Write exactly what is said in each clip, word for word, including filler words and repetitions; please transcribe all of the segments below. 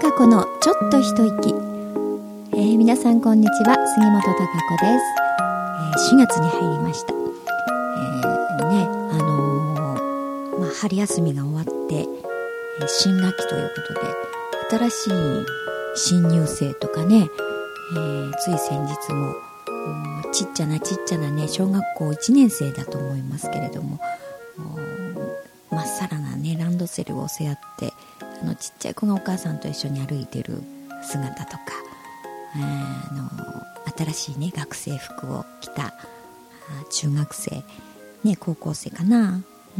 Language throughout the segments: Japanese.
貴子のちょっと一息、えー、皆さんこんにちは、杉本貴子です、えー、しがつに入りました、えー、ねあのーまあ、春休みが終わって、えー、新学期ということで新しい新入生とかね、えー、つい先日もちっちゃなちっちゃなね小学校いちねん生だと思いますけれども、まっさらなねランドセルを背負ってあのちっちゃい子がお母さんと一緒に歩いてる姿とか、えー、あの新しいね学生服を着た中学生、ね、高校生かな、うん、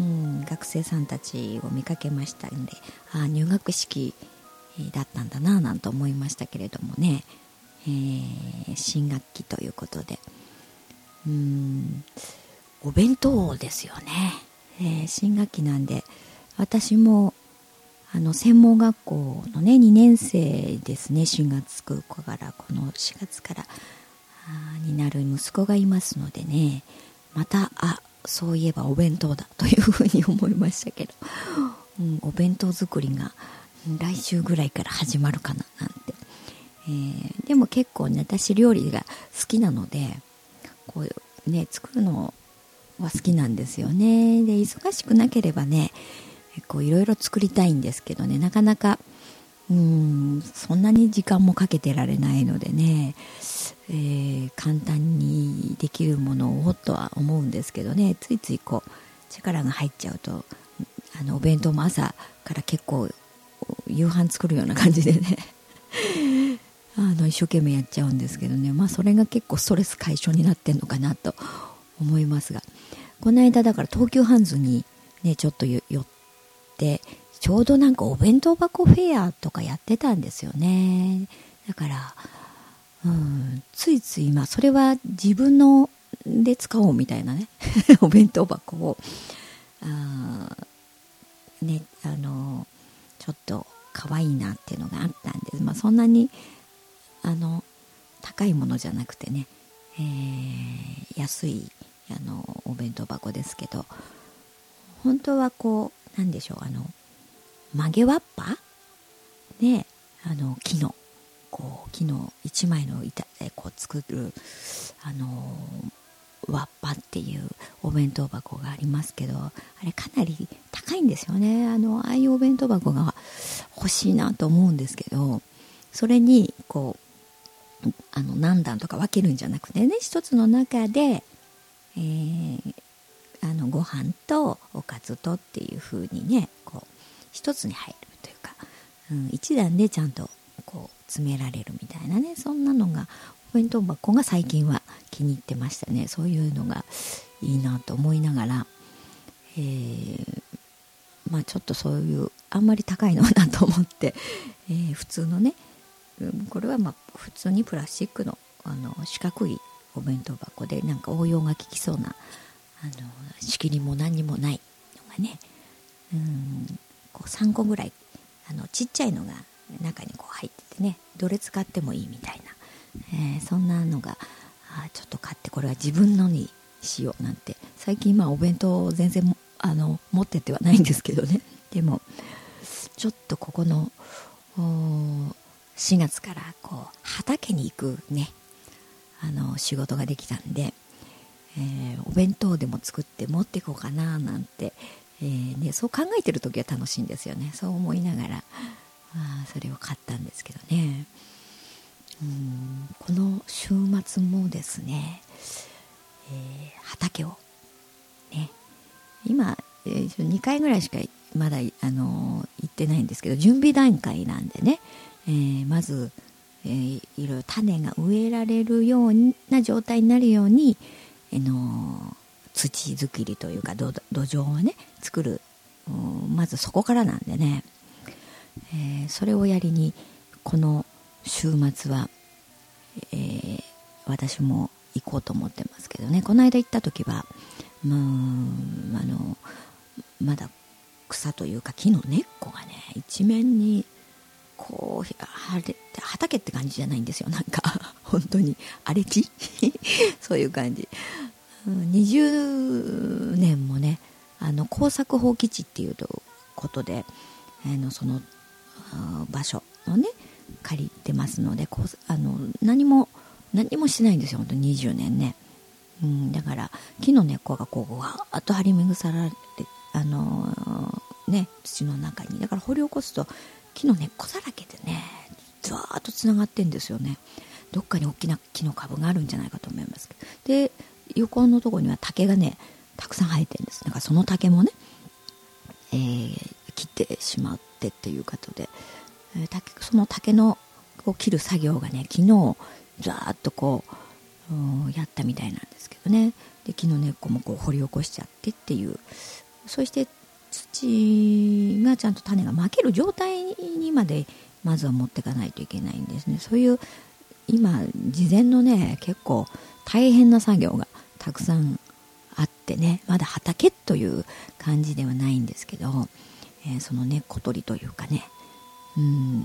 学生さんたちを見かけましたので、あ入学式だったんだななんて思いましたけれどもね、えー、新学期ということで、うーんお弁当ですよね、えー、新学期なんで私もあの専門学校のねにねん生ですね、しがつからこのしがつからになる息子がいますのでね、またあそういえばお弁当だというふうに思いましたけど、うん、お弁当作りが来週ぐらいから始まるかななんて、えー、でも結構ね私料理が好きなのでこうね作るのは好きなんですよね。で忙しくなければねこういろいろ作りたいんですけどね、なかなかうーんそんなに時間もかけてられないのでね、えー、簡単にできるものをとは思うんですけどね、ついついこう力が入っちゃうとあのお弁当も朝から結構夕飯作るような感じでねあの一生懸命やっちゃうんですけどね、まあそれが結構ストレス解消になってんのかなと思いますが、この間だから東急ハンズにねちょっと寄ってちょうどなんかお弁当箱フェアとかやってたんですよね。だからうんついついまあそれは自分ので使おうみたいなねお弁当箱をあねあのちょっと可愛いなっていうのがあったんです。まあそんなにあの高いものじゃなくてね、えー、安いあのお弁当箱ですけど、本当はこうなんでしょう、あの曲げわっぱね、あの木のこう木の一枚の板でこう作るあのわっぱっていうお弁当箱がありますけど、あれかなり高いんですよね。あのああいうお弁当箱が欲しいなと思うんですけど、それにこうあの何段とか分けるんじゃなくてね、一つの中で、えー、あのご飯とおかずとっていう風にねこう一つに入るというか、うん、一段でちゃんとこう詰められるみたいなね、そんなのがお弁当箱が最近は気に入ってましたね。そういうのがいいなと思いながら、えー、まあちょっとそういうあんまり高いのなと思って、えー、普通のね、これはまあ普通にプラスチックの、あの四角いお弁当箱でなんか応用が効きそうなあの仕切りも何にもないのがね、うんこうさんこぐらいあのちっちゃいのが中にこう入っててね、どれ使ってもいいみたいな、えー、そんなのがあちょっと買ってこれは自分のにしようなんて、最近まあお弁当全然あの持ってってはないんですけどね、でもちょっとここのしがつからこう畑に行くねあの仕事ができたんで、えー、お弁当でも作って持っていこうかななんて、えーね、そう考えてる時は楽しいんですよね。そう思いながらあそれを買ったんですけどね、うんこの週末もですね、えー、畑をね今、えー、にかいぐらいしかまだ、あのー、行ってないんですけど、準備段階なんでね、えー、まず、えー、いろいろ種が植えられるような状態になるように、あのー、土作りというか 土, 土壌をね作る、まずそこからなんでね、えー、それをやりにこの週末は、えー、私も行こうと思ってますけどね。この間行った時はもうあのまだ草というか木の根っこがね一面にこう畑って感じじゃないんですよ。なんか本当に荒れ地そういう感じ。にじゅうねんもねあの耕作放棄地っていうことで、あのその場所のねてますので、こうあの何も何もしてないんですよ、本当ににじゅうねんね。うん、だから木の根っこがこうわーっと張り巡られて、あのー、ね、土の中に、だから掘り起こすと木の根っこだらけでね、ずわーっとつながってんですよね。どっかに大きな木の株があるんじゃないかと思いますけど、で横のところには竹がねたくさん生えてるんです。だからその竹もね、えー、切ってしまってっていうことで、えー、竹その竹のこう切る作業がね、昨日ずわーっとこうやったみたいなんですけどね。で木の根っこもこう掘り起こしちゃってっていう、そして土がちゃんと種がまける状態にまでまずは持っていかないといけないんですね。そういう今事前のね結構大変な作業がたくさんあってね、まだ畑という感じではないんですけど、えー、その根っこ取りというかね、うん、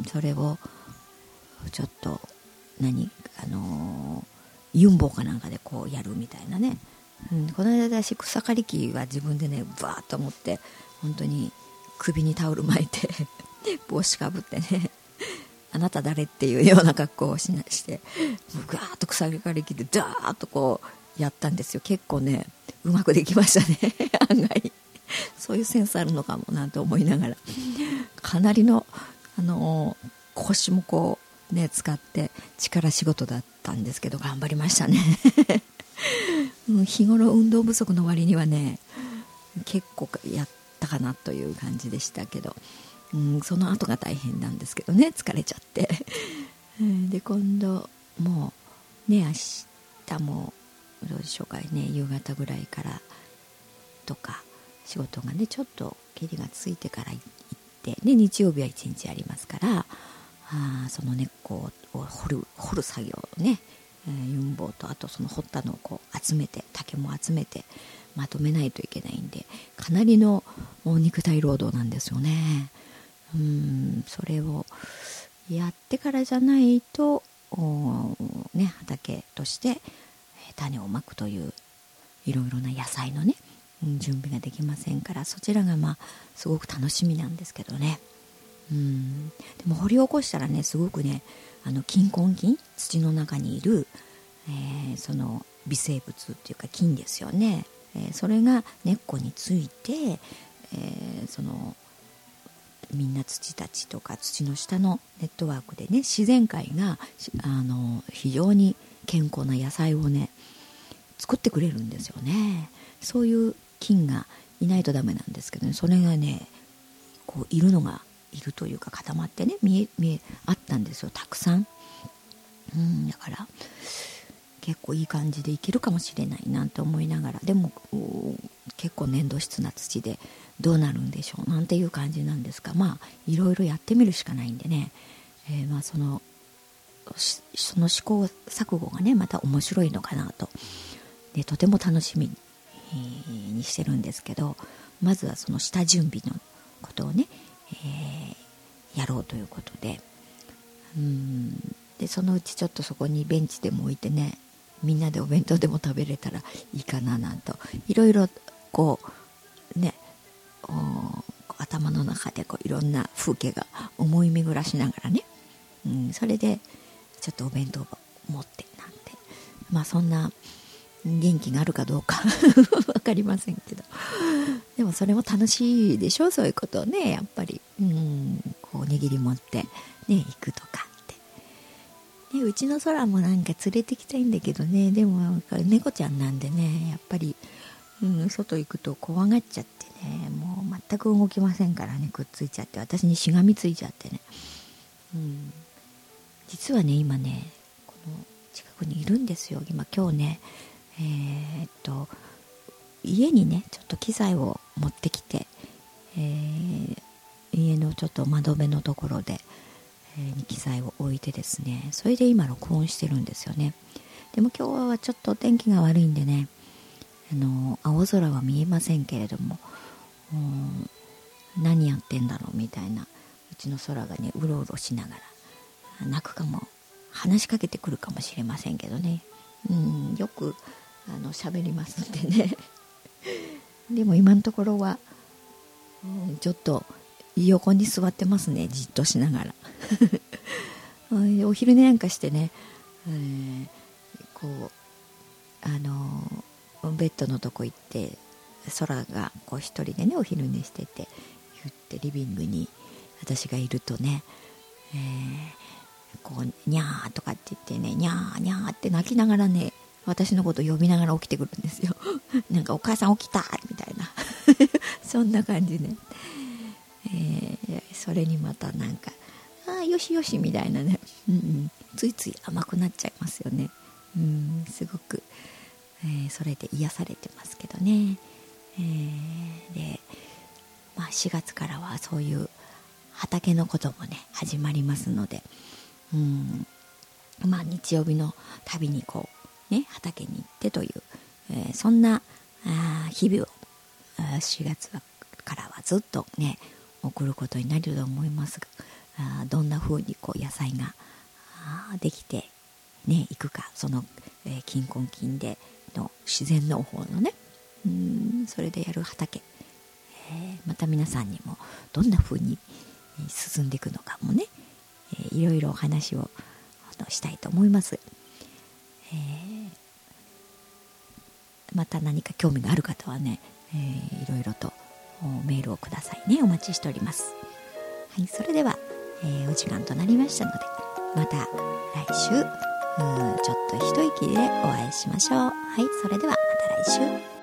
それをちょっと何あのー、ユンボかなんかでこうやるみたいなね、うん、この間私草刈り機は自分でねバーッと持って本当に首にタオル巻いて帽子かぶってねあなた誰っていうような格好をしなしてガーッと草刈り機でダーッとこうやったんですよ。結構ねうまくできましたね案外そういうセンスあるのかもなんて思いながら、かなりの、あのー、腰もこうね使って力仕事だったんですけど頑張りましたね日頃運動不足の割にはね結構やったかなという感じでしたけど、うん、その後が大変なんですけどね、疲れちゃってで今度もうね明日もどうでしょうかね、夕方ぐらいからとか仕事がねちょっと霧がついてから行って、で日曜日はいちにちありますから、あその根っこを掘る掘る作業をね、えー、ユンボとあとその掘ったのをこう集めて竹も集めてまとめないといけないんで、かなりの肉体労働なんですよね。うん、それをやってからじゃないとね、畑として種をまくといういろいろな野菜のね準備ができませんから、そちらがまあすごく楽しみなんですけどね。うん、でも掘り起こしたらねすごくねあの菌根菌、土の中にいる、えー、その微生物っていうか菌ですよね、えー、それが根っこについて、えー、そのみんな土たちとか土の下のネットワークでね、自然界があの非常に健康な野菜をね作ってくれるんですよね。そういう菌がいないとダメなんですけどね、それがねこういるのがいるというか固まってね見え見えあったんですよ、たくさん。うん、だから結構いい感じでいけるかもしれないなんて思いながら、でも結構粘土質な土でどうなるんでしょうなんていう感じなんですが、まあいろいろやってみるしかないんでね、えー、まあそのその試行錯誤がねまた面白いのかなと、でとても楽しみにしてるんですけど、まずはその下準備のことをね、えー、やろうということで、うーんでそのうちちょっとそこにベンチでも置いてね、みんなでお弁当でも食べれたらいいかななんと、いろいろこうね頭の中でこういろんな風景が思い巡らしながらね、うん、それでちょっとお弁当を持ってなんて、まあそんな元気があるかどうか分かりませんけど、でもそれも楽しいでしょ、そういうことをねやっぱり、うん、こう握り持ってね行くとかって、ね、うちの空もなんか連れてきたいんだけどね、でも猫ちゃんなんでねやっぱり、うん、外行くと怖がっちゃってね、もう全く動きませんからね、くっついちゃって私にしがみついちゃってね、うん、実はね今ねこの近くにいるんですよ。今今日ねえー、っと家にねちょっと機材を持ってきて、えー、家のちょっと窓辺のところで、えー、機材を置いてですね、それで今録音してるんですよね。でも今日はちょっと天気が悪いんでね、あの青空は見えませんけれども、何やってんだろうみたいな、うちの空がねうろうろしながら鳴くかも、話しかけてくるかもしれませんけどね、うん、よくあの喋りますんでねでも今のところは、うん、ちょっと横に座ってますね、じっとしながらお昼寝なんかしてね、えー、こうあのベッドのとこ行って空がこう一人でねお昼寝してて言ってリビングに私がいるとね、えー、こうにゃーとかって言ってねにゃーにゃーって泣きながらね私のこと呼びながら起きてくるんですよなんかお母さん起きたみたいなそんな感じね、えー、それにまたなんかあよしよしみたいなね、うんうん、ついつい甘くなっちゃいますよね。うん、すごく、えー、それで癒されてますけどね、えー、で、まあ、しがつからはそういう畑のこともね始まりますので、うん、まあ日曜日のたびにこうね畑に行ってという、えー、そんなあ日々をしがつからはずっとね送ることになると思いますが、あどんな風にこう野菜ができてねいくか、その、えー、金婚金での自然農法のね、うーんそれでやる畑、えー、また皆さんにもどんな風に進んでいくのかもね、えー、いろいろお話をしたいと思います。えー、また何か興味がある方はね、えー、いろいろとメールをくださいね。お待ちしております。はい、それでは、えー、お時間となりましたので、また来週うーちょっと一息でお会いしましょう。はい、それではまた来週。